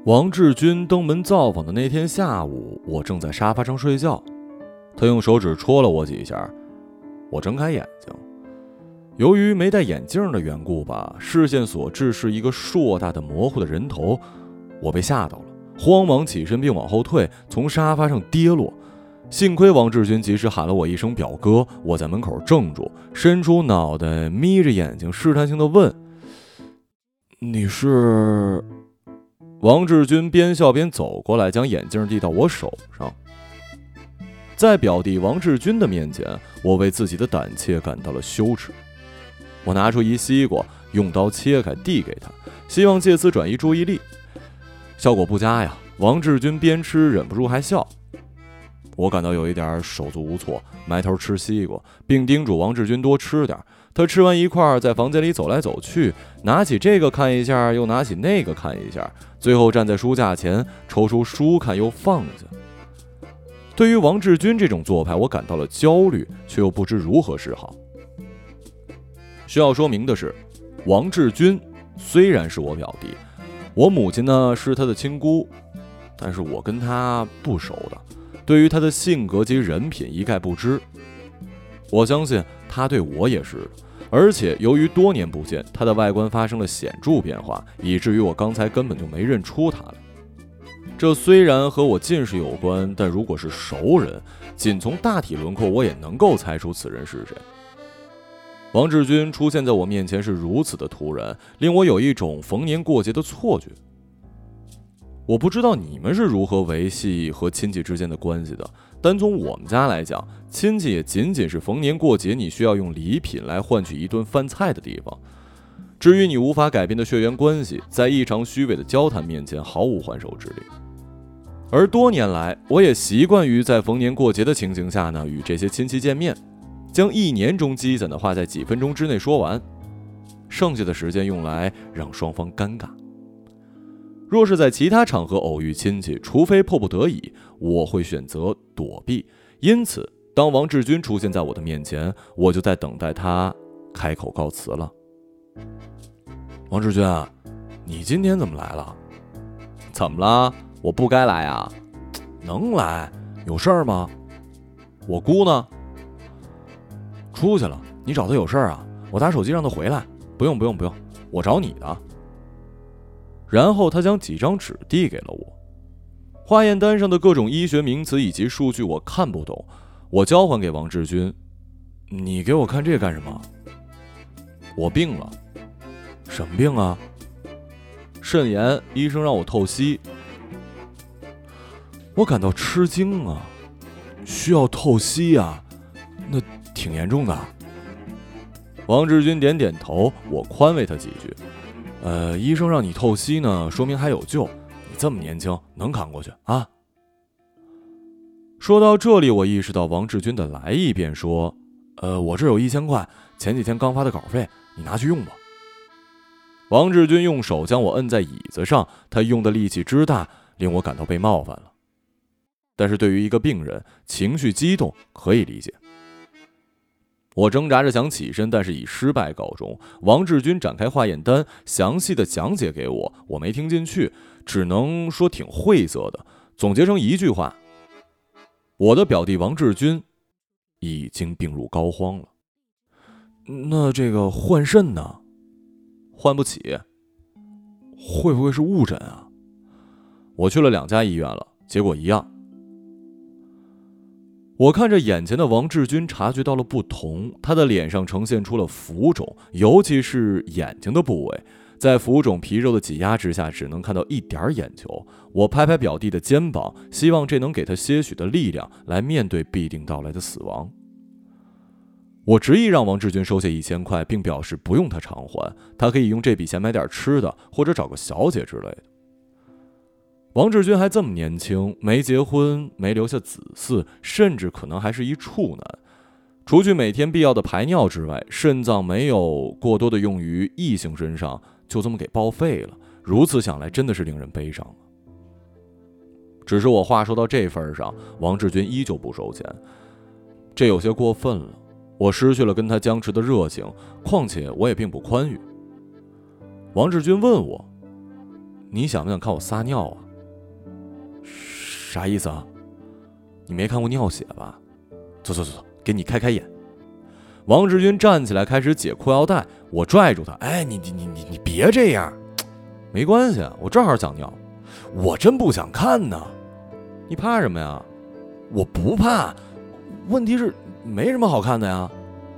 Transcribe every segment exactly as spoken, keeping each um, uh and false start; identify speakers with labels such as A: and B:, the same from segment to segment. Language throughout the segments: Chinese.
A: 王志军登门造访的那天下午，我正在沙发上睡觉，他用手指戳了我几下，我睁开眼睛。由于没戴眼镜的缘故吧，视线所致是一个硕大的模糊的人头，我被吓到了，慌忙起身并往后退，从沙发上跌落。幸亏王志军及时喊了我一声表哥，我在门口怔住，伸出脑袋，眯着眼睛，试探性地问：“你是？”王志军边笑边走过来，将眼镜递到我手上。在表弟王志军的面前，我为自己的胆怯感到了羞耻。我拿出一西瓜，用刀切开，递给他，希望借此转移注意力。效果不佳呀，王志军边吃忍不住还笑。我感到有一点手足无措，埋头吃西瓜，并叮嘱王志军多吃点。他吃完一块，在房间里走来走去，拿起这个看一下，又拿起那个看一下，最后站在书架前，抽出书看又放下。对于王志军这种做派，我感到了焦虑，却又不知如何是好。需要说明的是，王志军虽然是我表弟，我母亲呢是他的亲姑，但是我跟他不熟的，对于他的性格及人品一概不知。我相信他对我也是的，而且由于多年不见，他的外观发生了显著变化，以至于我刚才根本就没认出他来。这虽然和我近视有关，但如果是熟人，仅从大体轮廓我也能够猜出此人是谁。王志军出现在我面前是如此的突然，令我有一种逢年过节的错觉。我不知道你们是如何维系和亲戚之间的关系的，单从我们家来讲，亲戚也仅仅是逢年过节你需要用礼品来换取一顿饭菜的地方。至于你无法改变的血缘关系，在异常虚伪的交谈面前毫无还手之力。而多年来，我也习惯于在逢年过节的情形下呢，与这些亲戚见面，将一年中积攒的话在几分钟之内说完，剩下的时间用来让双方尴尬。若是在其他场合偶遇亲戚，除非迫不得已，我会选择躲避。因此，当王志军出现在我的面前，我就在等待他开口告辞了。王志军，你今天怎么来了？怎么了？我不该来啊？能来，有事儿吗？我姑呢？出去了。你找他有事儿啊？我打手机让他回来。不用不用不用，我找你的。然后他将几张纸递给了我，化验单上的各种医学名词以及数据我看不懂，我交还给王志军。你给我看这干什么？我病了。什么病啊？肾炎，医生让我透析。我感到吃惊啊，需要透析啊？那挺严重的。王志军点点头，我宽慰他几句。呃，医生让你透析呢，说明还有救。你这么年轻，能扛过去啊？说到这里，我意识到王志军的来意，便说：“呃，我这有一千块，前几天刚发的稿费，你拿去用吧。”王志军用手将我摁在椅子上，他用的力气之大，令我感到被冒犯了。但是对于一个病人，情绪激动可以理解。我挣扎着想起身，但是以失败告终。王志军展开化验单，详细的讲解给我，我没听进去，只能说挺晦涩的，总结成一句话：我的表弟王志军已经病入膏肓了。那这个换肾呢？换不起。会不会是误诊啊？我去了两家医院了，结果一样。我看着眼前的王志军，察觉到了不同，他的脸上呈现出了浮肿，尤其是眼睛的部位，在浮肿皮肉的挤压之下，只能看到一点眼球。我拍拍表弟的肩膀，希望这能给他些许的力量，来面对必定到来的死亡。我执意让王志军收下一千块，并表示不用他偿还，他可以用这笔钱买点吃的，或者找个小姐之类的。王志军还这么年轻，没结婚，没留下子嗣，甚至可能还是一处男。除去每天必要的排尿之外，肾脏没有过多的用于异性身上，就这么给报废了。如此想来，真的是令人悲伤啊。只是我话说到这份上，王志军依旧不收钱，这有些过分了。我失去了跟他僵持的热情，况且我也并不宽裕。王志军问我：“ 你想不想看我撒尿啊？啥意思啊？你没看过尿血吧？走走走走，给你开开眼。王志军站起来开始解裤腰带，我拽住他，哎，你你你你你别这样，没关系，我正好想尿，我真不想看呢。你怕什么呀？我不怕，问题是没什么好看的呀。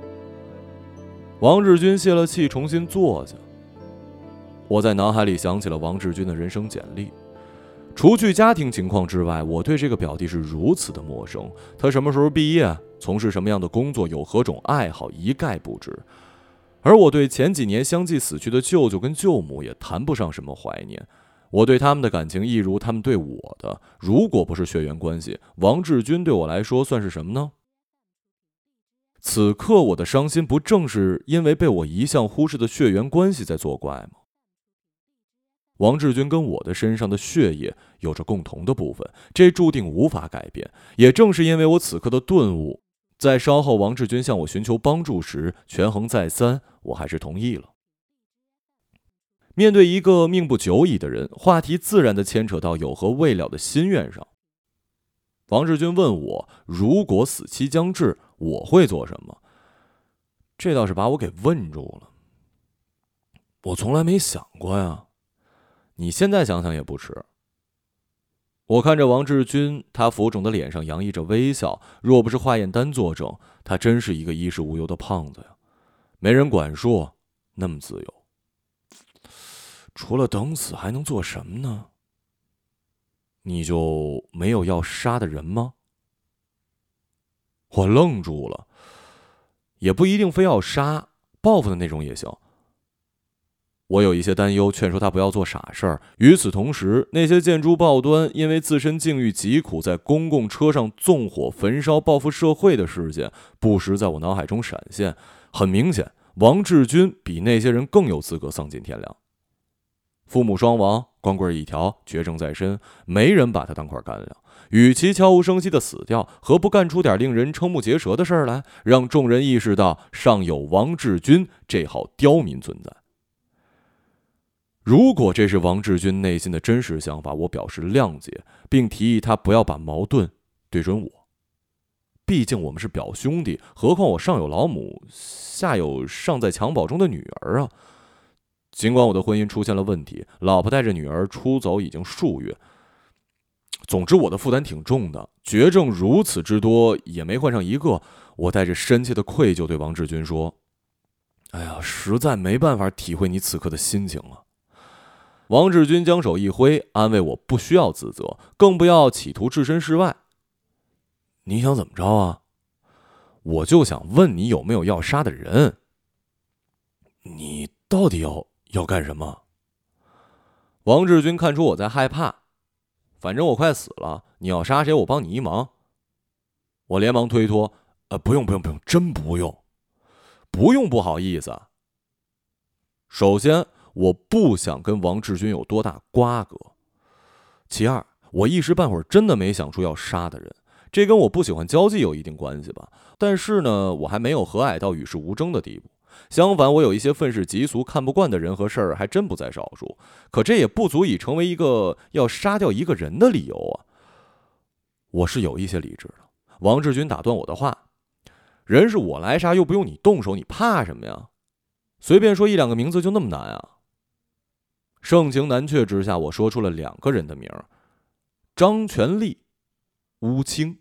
A: 王志军泄了气，重新坐下。我在脑海里想起了王志军的人生简历，除去家庭情况之外，我对这个表弟是如此的陌生。他什么时候毕业，从事什么样的工作，有何种爱好，一概不知。而我对前几年相继死去的舅舅跟舅母也谈不上什么怀念。我对他们的感情一如他们对我的，如果不是血缘关系，王志军对我来说算是什么呢？此刻我的伤心，不正是因为被我一向忽视的血缘关系在作怪吗？王志军跟我的身上的血液有着共同的部分，这注定无法改变。也正是因为我此刻的顿悟，在稍后王志军向我寻求帮助时，权衡再三，我还是同意了。面对一个命不久矣的人，话题自然地牵扯到有何未了的心愿上。王志军问我，如果死期将至，我会做什么？这倒是把我给问住了。我从来没想过呀。你现在想想也不迟。我看着王志军，他浮肿的脸上洋溢着微笑，若不是化验单作证，他真是一个衣食无忧的胖子呀，没人管束，那么自由。除了等死还能做什么呢？你就没有要杀的人吗？我愣住了。也不一定非要杀，报复的那种也行。我有一些担忧，劝说他不要做傻事儿。与此同时，那些见诸报端，因为自身境遇疾苦，在公共车上纵火焚烧报复社会的事件，不时在我脑海中闪现。很明显，王志军比那些人更有资格丧尽天良。父母双亡，光棍一条，绝症在身，没人把他当块干粮。与其悄无声息地死掉，何不干出点令人瞠目结舌的事儿来，让众人意识到尚有王志军这号刁民存在。如果这是王志军内心的真实想法，我表示谅解，并提议他不要把矛盾对准我。毕竟我们是表兄弟，何况我上有老母，下有尚在襁褓中的女儿啊。尽管我的婚姻出现了问题，老婆带着女儿出走已经数月，总之我的负担挺重的，绝症如此之多，也没换上一个。我带着深切的愧疚对王志军说：哎呀，实在没办法体会你此刻的心情了。王志军将手一挥，安慰我不需要自责，更不要企图置身事外。你想怎么着啊？我就想问你有没有要杀的人。你到底要要干什么？王志军看出我在害怕。反正我快死了，你要杀谁我帮你一忙。我连忙推脱，呃，不用不用不用，真不用。不用不好意思。首先，我不想跟王志军有多大瓜葛。其二，我一时半会儿真的没想出要杀的人，这跟我不喜欢交际有一定关系吧。但是呢，我还没有和蔼到与世无争的地步。相反，我有一些愤世嫉俗、看不惯的人和事儿，还真不在少数。可这也不足以成为一个要杀掉一个人的理由啊！我是有一些理智的。王志军打断我的话：“人是我来杀，又不用你动手，你怕什么呀？随便说一两个名字就那么难啊？”盛情难却之下，我说出了两个人的名：张全利、乌青。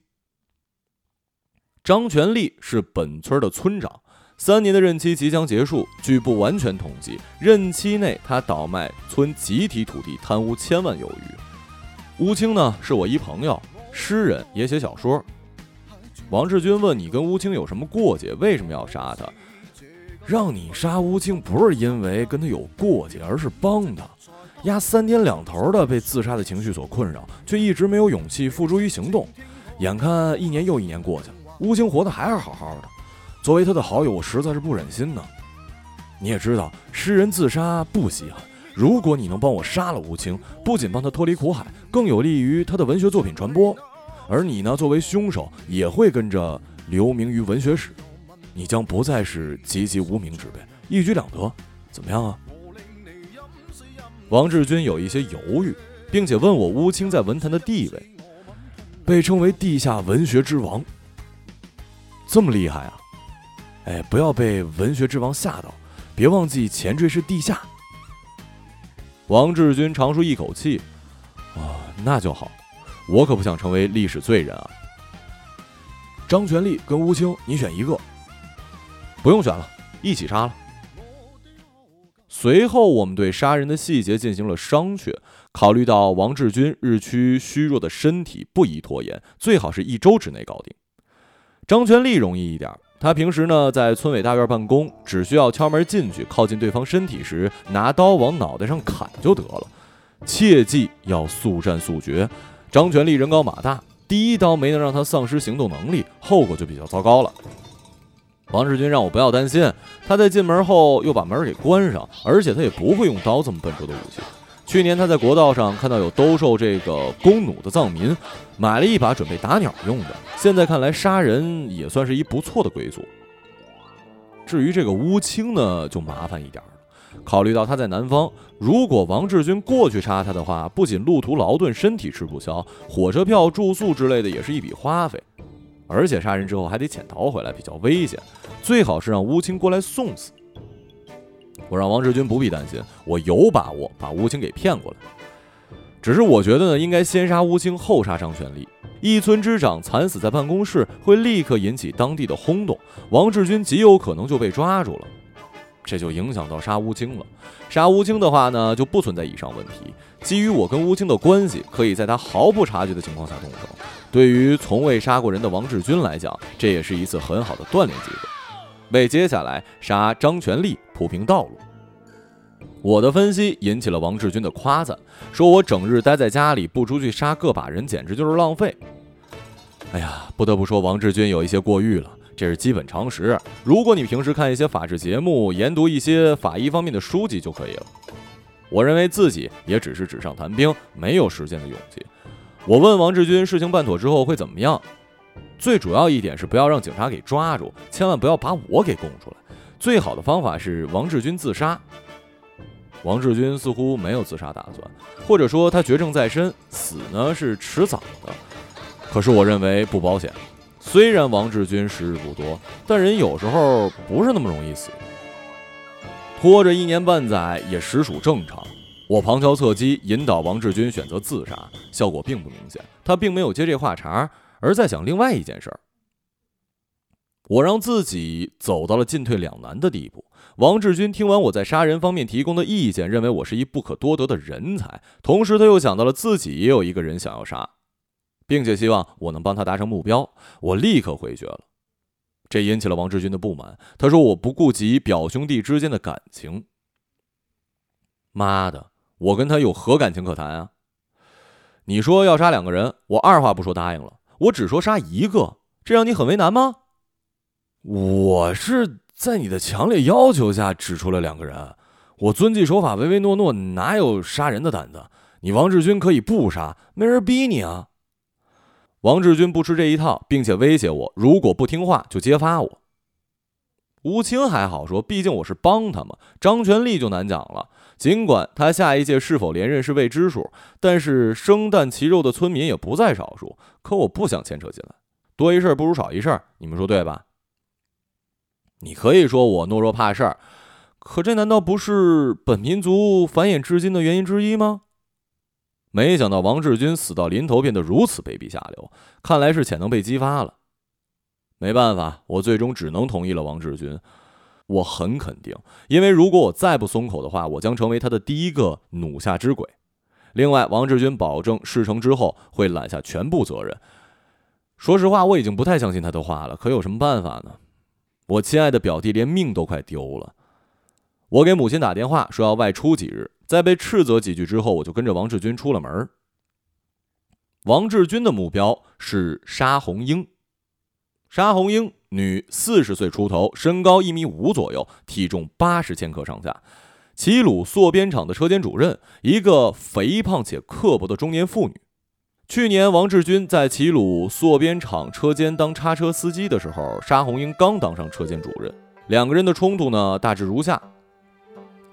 A: 张全利是本村的村长。三年的任期即将结束，据不完全统计，任期内他倒卖村集体土地，贪污千万有余。乌青呢，是我一朋友，诗人，也写小说。王志军问：“你跟乌青有什么过节？为什么要杀他？”让你杀乌青不是因为跟他有过节，而是帮他。丫三天两头的被自杀的情绪所困扰，却一直没有勇气付诸于行动。眼看一年又一年过去了，乌青活得还是好好的。作为他的好友，我实在是不忍心呢。你也知道，诗人自杀不稀罕。如果你能帮我杀了乌青，不仅帮他脱离苦海，更有利于他的文学作品传播。而你呢，作为凶手，也会跟着留名于文学史。你将不再是籍籍无名之辈，一举两得，怎么样啊？ 王志军有一些犹豫，并且问我乌青在文坛的地位，被称为地下文学之王。这么厉害啊？哎，不要被文学之王吓到，别忘记前缀是地下。王志军长舒一口气，啊，那就好，我可不想成为历史罪人啊。张全力跟乌青，你选一个。不用选了，一起杀了。随后我们对杀人的细节进行了商榷，考虑到王志军日趋虚弱的身体，不宜拖延，最好是一周之内搞定。张全力容易一点，他平时呢在村委大院办公，只需要敲门进去，靠近对方身体时拿刀往脑袋上砍就得了，切记要速战速决。张全力人高马大，第一刀没能让他丧失行动能力，后果就比较糟糕了。王志军让我不要担心，他在进门后又把门给关上，而且他也不会用刀这么笨拙的武器。去年他在国道上看到有兜售这个弓弩的藏民，买了一把准备打鸟用的，现在看来杀人也算是一不错的归宿。至于这个乌青呢，就麻烦一点了，考虑到他在南方，如果王志军过去杀他的话，不仅路途劳顿，身体吃不消，火车票住宿之类的也是一笔花费，而且杀人之后还得潜逃回来，比较危险，最好是让乌青过来送死。我让王志军不必担心，我有把握把乌青给骗过来。只是我觉得呢，应该先杀乌青，后杀张全力。一村之长惨死在办公室，会立刻引起当地的轰动，王志军极有可能就被抓住了，这就影响到杀乌青了。杀乌青的话呢，就不存在以上问题。基于我跟乌青的关系，可以在他毫不察觉的情况下动手。对于从未杀过人的王志军来讲，这也是一次很好的锻炼机会，为接下来杀张全力铺平道路。我的分析引起了王志军的夸赞，说我整日待在家里不出去杀个把人，简直就是浪费。哎呀，不得不说王志军有一些过誉了，这是基本常识。如果你平时看一些法制节目，研读一些法医方面的书籍就可以了。我认为自己也只是纸上谈兵，没有实践的勇气。我问王志军事情办妥之后会怎么样，最主要一点是不要让警察给抓住，千万不要把我给供出来。最好的方法是王志军自杀。王志军似乎没有自杀打算，或者说他绝症在身，死呢是迟早的。可是我认为不保险，虽然王志军时日不多，但人有时候不是那么容易死的，拖着一年半载也实属正常。我旁敲侧击引导王志军选择自杀，效果并不明显，他并没有接这话茬，而在想另外一件事儿。我让自己走到了进退两难的地步。王志军听完我在杀人方面提供的意见，认为我是一不可多得的人才，同时他又想到了自己也有一个人想要杀，并且希望我能帮他达成目标。我立刻回绝了，这引起了王志军的不满，他说我不顾及表兄弟之间的感情。妈的，我跟他有何感情可谈啊？你说要杀两个人，我二话不说答应了，我只说杀一个，这让你很为难吗？我是在你的强烈要求下指出了两个人，我遵纪守法，唯唯诺诺，哪有杀人的胆子？你王志军可以不杀，没人逼你啊。王志军不吃这一套，并且威胁我，如果不听话就揭发我。吴清还好说，毕竟我是帮他嘛。张全力就难讲了，尽管他下一届是否连任是未知数，但是生啖其肉的村民也不在少数，可我不想牵扯进来，多一事不如少一事，你们说对吧？你可以说我懦弱怕事儿，可这难道不是本民族繁衍至今的原因之一吗？没想到王志军死到临头变得如此卑鄙下流，看来是潜能被激发了。没办法，我最终只能同意了王志军。我很肯定，因为如果我再不松口的话，我将成为他的第一个弩下之鬼。另外，王志军保证事成之后会揽下全部责任。说实话，我已经不太相信他的话了，可有什么办法呢？我亲爱的表弟连命都快丢了。我给母亲打电话说要外出几日，在被斥责几句之后，我就跟着王志军出了门。王志军的目标是沙红英。沙红英，女，四十岁出头，身高一米五左右，体重八十千克上下，齐鲁塑边厂的车间主任，一个肥胖且刻薄的中年妇女。去年王志军在齐鲁塑边厂车间当叉车司机的时候，沙红英刚当上车间主任。两个人的冲突呢，大致如下：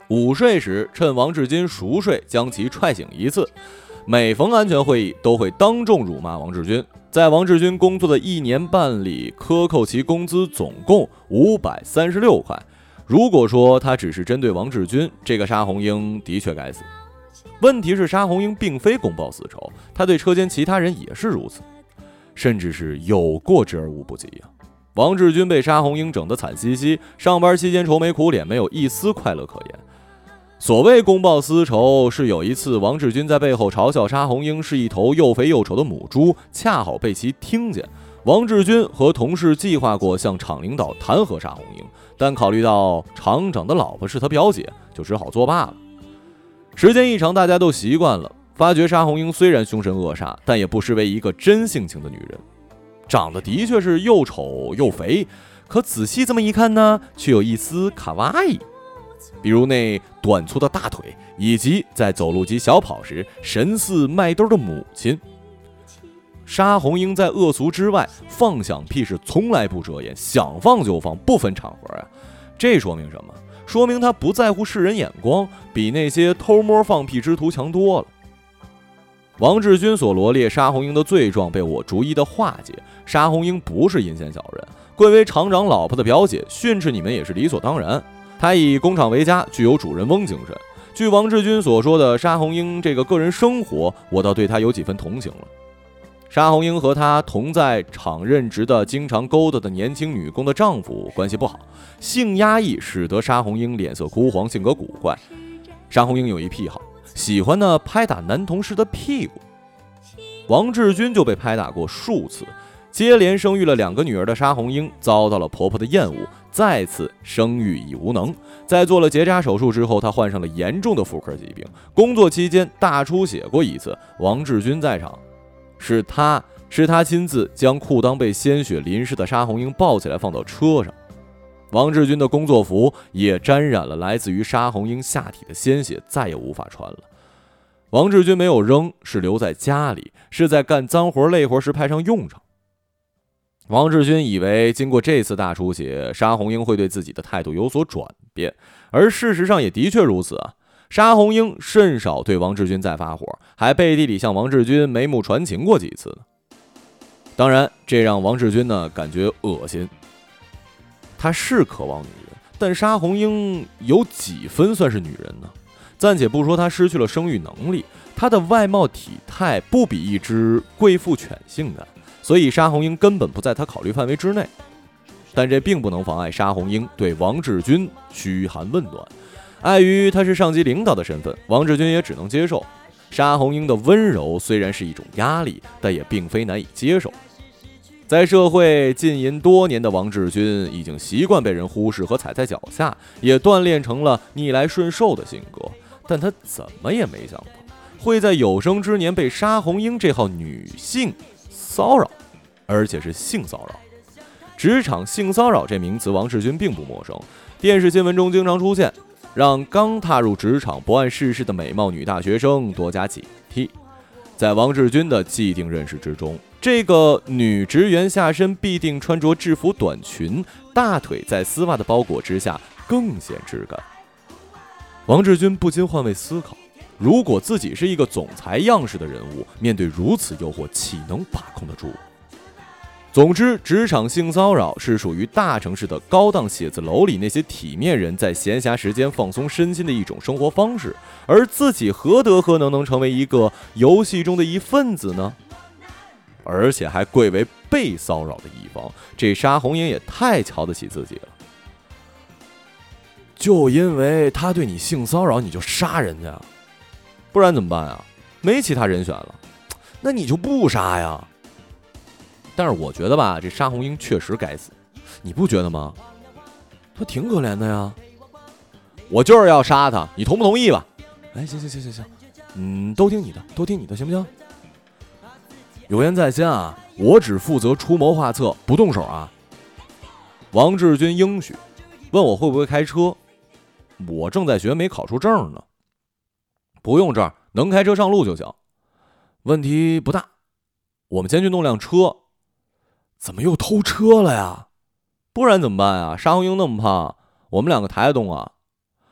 A: 午睡时趁王志军熟睡将其踹醒一次。每逢安全会议都会当众辱骂王志军，在王志军工作的一年半里克扣其工资总共五百三十六块。如果说他只是针对王志军，这个沙红英的确该死。问题是沙红英并非公报私仇，他对车间其他人也是如此，甚至是有过之而无不及啊。王志军被沙红英整得惨兮兮，上班期间愁眉苦脸，没有一丝快乐可言。所谓公报私仇，是有一次王志军在背后嘲笑沙红英是一头又肥又丑的母猪，恰好被其听见。王志军和同事计划过向厂领导弹劾沙红英，但考虑到厂长的老婆是他表姐，就只好作罢了。时间一长，大家都习惯了，发觉沙红英虽然凶神恶煞，但也不失为一个真性情的女人。长得的确是又丑又肥，可仔细这么一看呢，却有一丝卡哇伊。比如那短粗的大腿，以及在走路及小跑时神似麦兜的母亲。沙红英在恶俗之外，放响屁是从来不遮掩，想放就放，不分场合啊。这说明什么？说明他不在乎世人眼光，比那些偷摸放屁之徒强多了。王志军所罗列沙红英的罪状被我逐一的化解。沙红英不是阴险小人，贵为厂长老婆的表姐，训斥你们也是理所当然。他以工厂为家，具有主人翁精神。据王志军所说的沙红英这个个人生活，我倒对他有几分同情了。沙红英和她同在厂任职的经常勾搭的年轻女工的丈夫关系不好，性压抑使得沙红英脸色枯黄，性格古怪。沙红英有一癖好，喜欢呢拍打男同事的屁股。王志军就被拍打过数次。接连生育了两个女儿的沙红英遭到了婆婆的厌恶，再次生育已无能。在做了结扎手术之后，她患上了严重的妇科疾病，工作期间大出血过一次。王志军在场，是他是他亲自将裤裆被鲜血淋湿的沙红英抱起来放到车上。王志军的工作服也沾染了来自于沙红英下体的鲜血，再也无法穿了。王志军没有扔，是留在家里，是在干脏活累活时派上用场。王志军以为经过这次大出血，沙红英会对自己的态度有所转变，而事实上也的确如此啊。沙红英甚少对王志军再发火，还背地里向王志军眉目传情过几次呢。当然，这让王志军呢感觉恶心。他是渴望女人，但沙红英有几分算是女人呢？暂且不说她失去了生育能力，她的外貌体态不比一只贵妇犬性感，所以沙红英根本不在她考虑范围之内。但这并不能妨碍沙红英对王志军嘘寒问暖，碍于他是上级领导的身份，王志军也只能接受。沙红英的温柔虽然是一种压力，但也并非难以接受。在社会浸淫多年的王志军已经习惯被人忽视和踩在脚下，也锻炼成了逆来顺受的性格。但他怎么也没想到，会在有生之年被沙红英这号女性骚扰，而且是性骚扰。职场性骚扰这名词，王志军并不陌生，电视新闻中经常出现，让刚踏入职场不谙世事的美貌女大学生多加警惕。在王志军的既定认识之中，这个女职员下身必定穿着制服短裙，大腿在丝袜的包裹之下更显质感。王志军不禁换位思考，如果自己是一个总裁样式的人物，面对如此诱惑，岂能把控得住？总之，职场性骚扰是属于大城市的高档写字楼里那些体面人在闲暇时间放松身心的一种生活方式，而自己何德何能能成为一个游戏中的一份子呢？而且还贵为被骚扰的一方，这沙红英也太瞧得起自己了。就因为他对你性骚扰，你就杀人家？不然怎么办啊？没其他人选了，那你就不杀呀。但是我觉得吧，这沙红英确实该死，你不觉得吗？她挺可怜的呀。我就是要杀她，你同不同意吧？哎，行行行行行，嗯，都听你的，都听你的，行不行？有言在先啊，我只负责出谋划策，不动手啊。王志军应许，问我会不会开车，我正在学，没考出证呢。不用证，能开车上路就行，问题不大。我们先去弄辆车。怎么又偷车了呀？不然怎么办啊？沙红英那么胖，我们两个抬得动啊。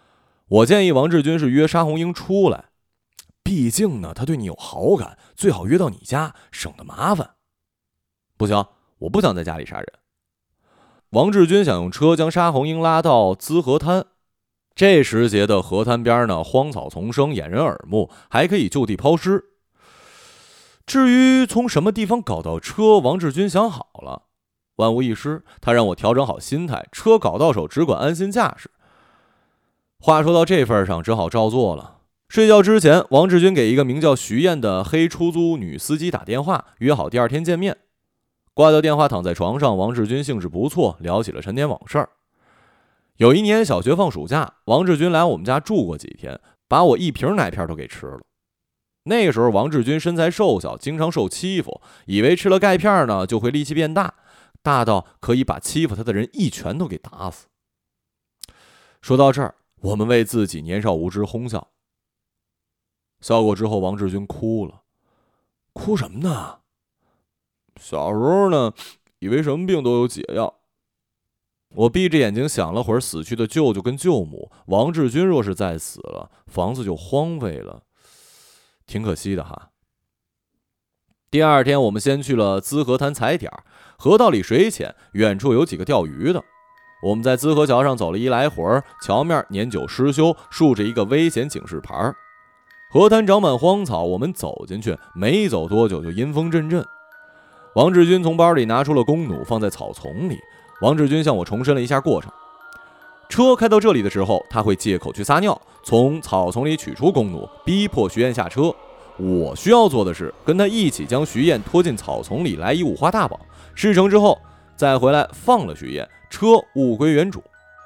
A: 我建议王志军是约沙红英出来，毕竟呢他对你有好感，最好约到你家，省得麻烦。不行，我不想在家里杀人。王志军想用车将沙红英拉到资河滩，这时节的河滩边呢，荒草丛生，掩人耳目，还可以就地抛尸。至于从什么地方搞到车，王志军想好了，万无一失，他让我调整好心态，车搞到手只管安心驾驶。话说到这份上，只好照做了。睡觉之前，王志军给一个名叫徐燕的黑出租女司机打电话，约好第二天见面。挂掉电话，躺在床上，王志军兴致不错，聊起了陈年往事。有一年小学放暑假，王志军来我们家住过几天，把我一瓶奶片都给吃了。那个时候王志军身材瘦小，经常受欺负，以为吃了钙片呢就会力气变大，大到可以把欺负他的人一拳头给打死。说到这儿，我们为自己年少无知哄笑。笑过之后，王志军哭了。哭什么呢？小时候呢，以为什么病都有解药。我闭着眼睛想了会儿死去的舅舅跟舅母，王志军若是再死了，房子就荒废了，挺可惜的哈。第二天我们先去了资河滩踩点，河道里水浅，远处有几个钓鱼的。我们在资河桥上走了一来回，桥面年久失修，竖着一个危险警示牌。河滩长满荒草，我们走进去，没走多久就阴风阵阵。王志军从包里拿出了弓弩，放在草丛里。王志军向我重申了一下过程。车开到这里的时候，他会借口去撒尿，从草丛里取出弓弩，逼迫徐燕下车。我需要做的是跟他一起将徐燕拖进草丛里，来一五花大绑。事成之后再回来放了徐燕，车物归原主。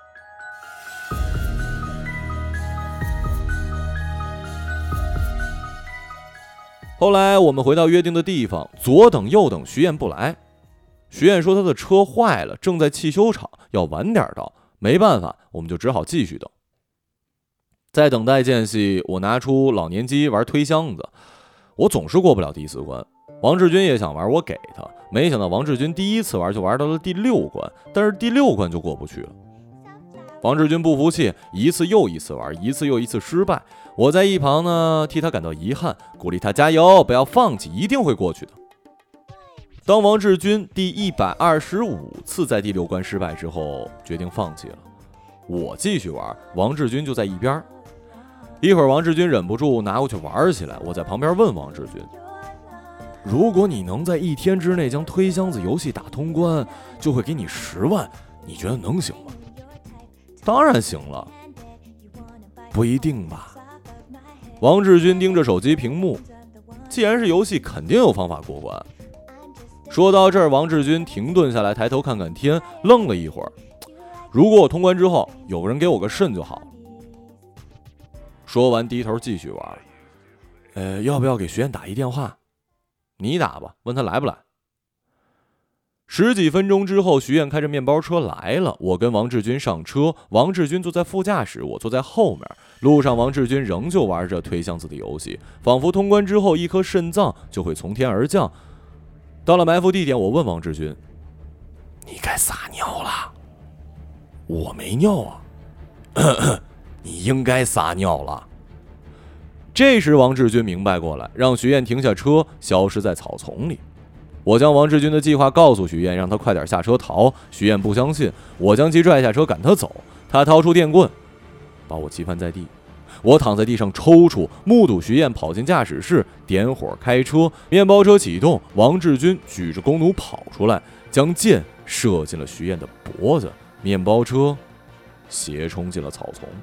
A: 后来我们回到约定的地方，左等右等，徐燕不来。徐燕说她的车坏了，正在汽修厂，要晚点到。没办法，我们就只好继续等。在等待间隙，我拿出老年机玩推箱子，我总是过不了第四关。王志军也想玩，我给他，没想到王志军第一次玩就玩到了第六关，但是第六关就过不去了。王志军不服气，一次又一次玩，一次又一次失败。我在一旁呢，替他感到遗憾，鼓励他加油，不要放弃，一定会过去的。当王志军第一百二十五次在第六关失败之后，决定放弃了。我继续玩，王志军就在一边。一会儿王志军忍不住拿过去玩起来，我在旁边问王志军，如果你能在一天之内将推箱子游戏打通关，就会给你十万，你觉得能行吗？当然行了。不一定吧。王志军盯着手机屏幕，既然是游戏，肯定有方法过关。说到这儿，王志军停顿下来，抬头看看天，愣了一会儿。如果我通关之后有个人给我个肾就好了。说完低头继续玩。呃，要不要给徐燕打一电话？你打吧，问他来不来。十几分钟之后，徐燕开着面包车来了，我跟王志军上车，王志军坐在副驾驶，我坐在后面。路上王志军仍旧玩着推箱子的游戏，仿佛通关之后一颗肾脏就会从天而降。到了埋伏地点，我问王志军，你该撒尿了。我没尿啊。咳咳，你应该撒尿了。这时王志军明白过来，让徐燕停下车，消失在草丛里。我将王志军的计划告诉徐燕，让他快点下车逃。徐燕不相信，我将其拽下车赶他走。他掏出电棍，把我击翻在地。我躺在地上抽搐，目睹徐燕跑进驾驶室，点火开车，面包车启动。王志军举着弓弩跑出来，将箭射进了徐燕的脖子，面包车斜冲进了草丛。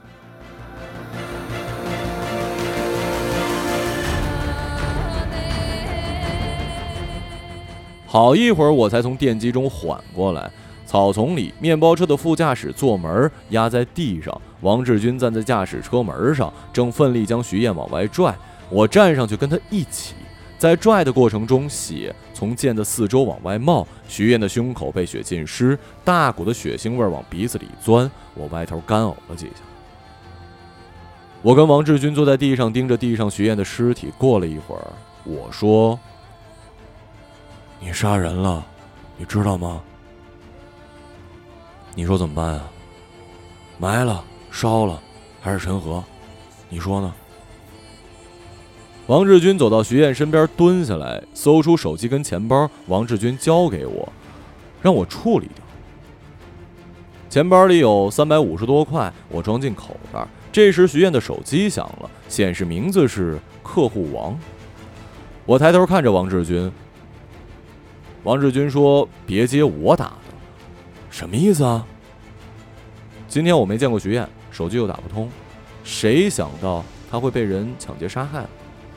A: 好一会儿我才从电击中缓过来。草丛里，面包车的副驾驶座门压在地上，王志军站在驾驶车门上，正奋力将徐燕往外拽。我站上去跟他一起，在拽的过程中，血从剑的四周往外冒，徐燕的胸口被血浸湿，大股的血腥味往鼻子里钻，我歪头干呕了几下。我跟王志军坐在地上，盯着地上徐燕的尸体。过了一会儿，我说，你杀人了，你知道吗？你说怎么办啊？埋了，烧了， 还是陈和？你说呢？王志军走到徐燕身边，蹲下来，搜出手机跟钱包。王志军交给我，让我处理掉。钱包里有三百五十多块，我装进口袋。这时徐燕的手机响了，显示名字是客户王。我抬头看着王志军，王志军说：“别接我打的。”什么意思啊？今天我没见过徐燕，手机又打不通，谁想到他会被人抢劫杀害？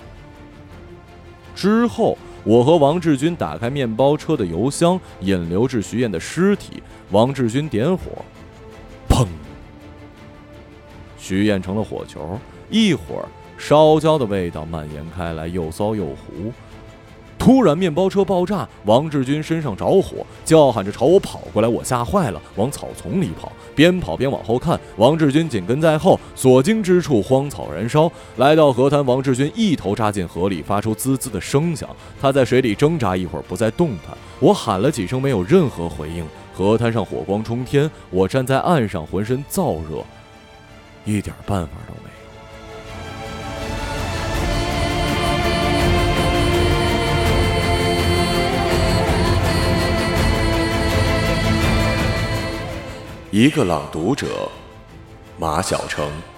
A: 之后，我和王志军打开面包车的油箱，引流至徐燕的尸体。王志军点火，砰！徐燕成了火球，一会儿烧焦的味道蔓延开来，又骚又糊。突然面包车爆炸，王志军身上着火，叫喊着朝我跑过来，我吓坏了，往草丛里跑，边跑边往后看，王志军紧跟在后，所经之处荒草燃烧。来到河滩，王志军一头扎进河里，发出滋滋的声响。他在水里挣扎一会儿，不再动弹。我喊了几声，没有任何回应。河滩上火光冲天，我站在岸上，浑身燥热，一点办法都没有。
B: 一个朗读者，马晓成。